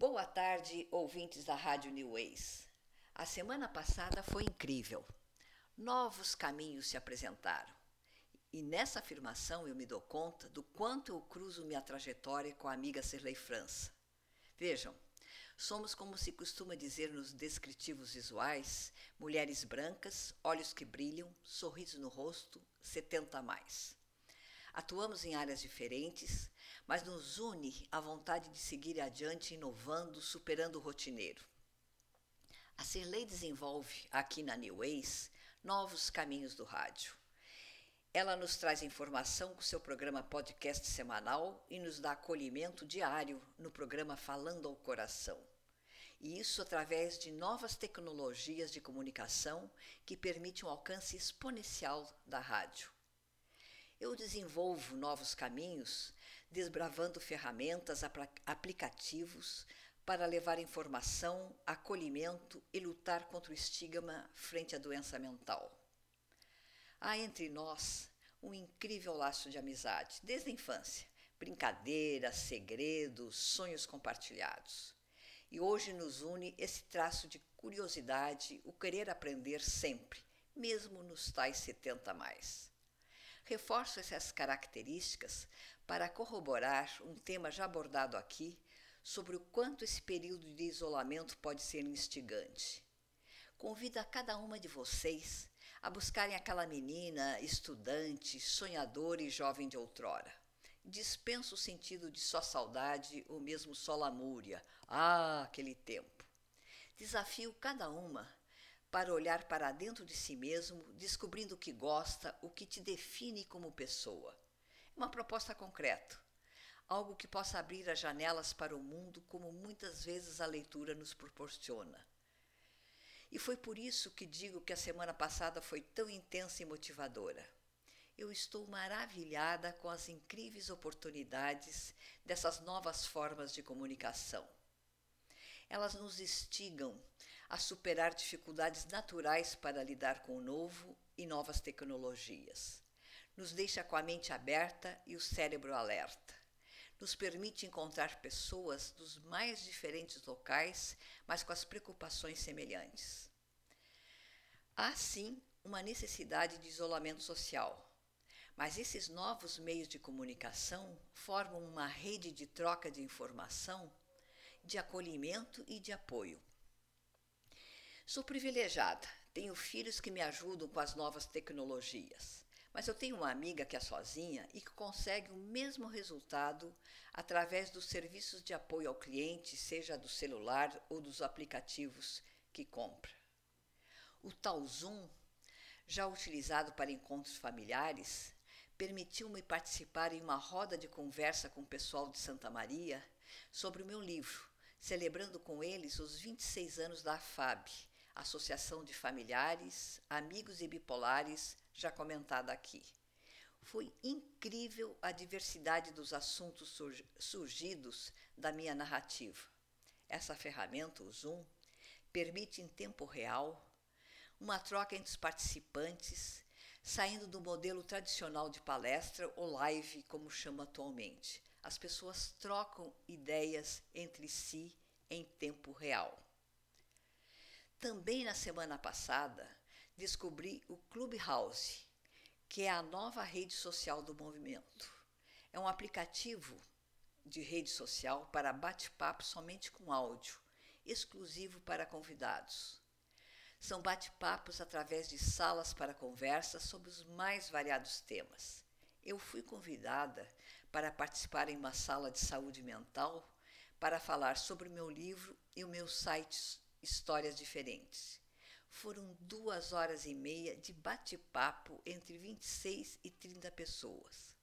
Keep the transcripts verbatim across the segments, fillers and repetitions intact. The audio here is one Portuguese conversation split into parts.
Boa tarde, ouvintes da Rádio New Ways. A semana passada foi incrível. Novos caminhos se apresentaram. E nessa afirmação eu me dou conta do quanto eu cruzo minha trajetória com a amiga Cirlei França. Vejam, somos, como se costuma dizer nos descritivos visuais, mulheres brancas, olhos que brilham, sorriso no rosto, setenta a mais. Atuamos em áreas diferentes, mas nos une a vontade de seguir adiante, inovando, superando o rotineiro. A Cirlei desenvolve, aqui na New Ways, novos caminhos do rádio. Ela nos traz informação com seu programa podcast semanal e nos dá acolhimento diário no programa Falando ao Coração. E isso através de novas tecnologias de comunicação que permitem um alcance exponencial da rádio. Eu desenvolvo novos caminhos, desbravando ferramentas, aplicativos para levar informação, acolhimento e lutar contra o estigma frente à doença mental. Há entre nós um incrível laço de amizade, desde a infância, brincadeiras, segredos, sonhos compartilhados. E hoje nos une esse traço de curiosidade, o querer aprender sempre, mesmo nos tais setenta a mais. Reforço essas características para corroborar um tema já abordado aqui sobre o quanto esse período de isolamento pode ser instigante. Convido a cada uma de vocês a buscarem aquela menina, estudante, sonhadora e jovem de outrora. Dispenso o sentido de só saudade ou mesmo só lamúria. Ah, aquele tempo. Desafio cada uma para olhar para dentro de si mesmo, descobrindo o que gosta, o que te define como pessoa. Uma proposta concreta, algo que possa abrir as janelas para o mundo como muitas vezes a leitura nos proporciona. E foi por isso que digo que a semana passada foi tão intensa e motivadora. Eu estou maravilhada com as incríveis oportunidades dessas novas formas de comunicação. Elas nos instigam a superar dificuldades naturais para lidar com o novo e novas tecnologias. Nos deixa com a mente aberta e o cérebro alerta. Nos permite encontrar pessoas dos mais diferentes locais, mas com as preocupações semelhantes. Há, sim, uma necessidade de isolamento social, mas esses novos meios de comunicação formam uma rede de troca de informação, de acolhimento e de apoio. Sou privilegiada, tenho filhos que me ajudam com as novas tecnologias, mas eu tenho uma amiga que é sozinha e que consegue o mesmo resultado através dos serviços de apoio ao cliente, seja do celular ou dos aplicativos que compra. O tal Zoom, já utilizado para encontros familiares, permitiu-me participar em uma roda de conversa com o pessoal de Santa Maria sobre o meu livro, celebrando com eles os vinte e seis anos da A F A B, Associação de Familiares, Amigos e Bipolares, já comentada aqui. Foi incrível a diversidade dos assuntos surgidos da minha narrativa. Essa ferramenta, o Zoom, permite em tempo real uma troca entre os participantes, saindo do modelo tradicional de palestra ou live, como chama atualmente. As pessoas trocam ideias entre si em tempo real. Também na semana passada, descobri o Clubhouse, que é a nova rede social do movimento. É um aplicativo de rede social para bate-papo somente com áudio, exclusivo para convidados. São bate-papos através de salas para conversa sobre os mais variados temas. Eu fui convidada para participar em uma sala de saúde mental para falar sobre o meu livro e o meu site Histórias Diferentes. Foram duas horas e meia de bate-papo entre vinte e seis e trinta pessoas.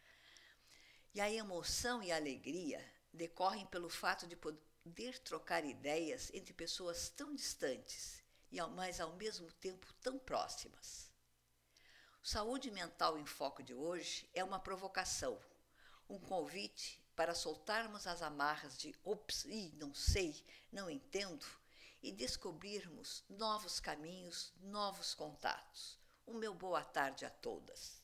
E a emoção e a alegria decorrem pelo fato de poder trocar ideias entre pessoas tão distantes, mas ao mesmo tempo tão próximas. Saúde Mental em Foco de hoje é uma provocação, um convite para soltarmos as amarras de ops, ih, não sei, não entendo e descobrirmos novos caminhos, novos contatos. O meu boa tarde a todas.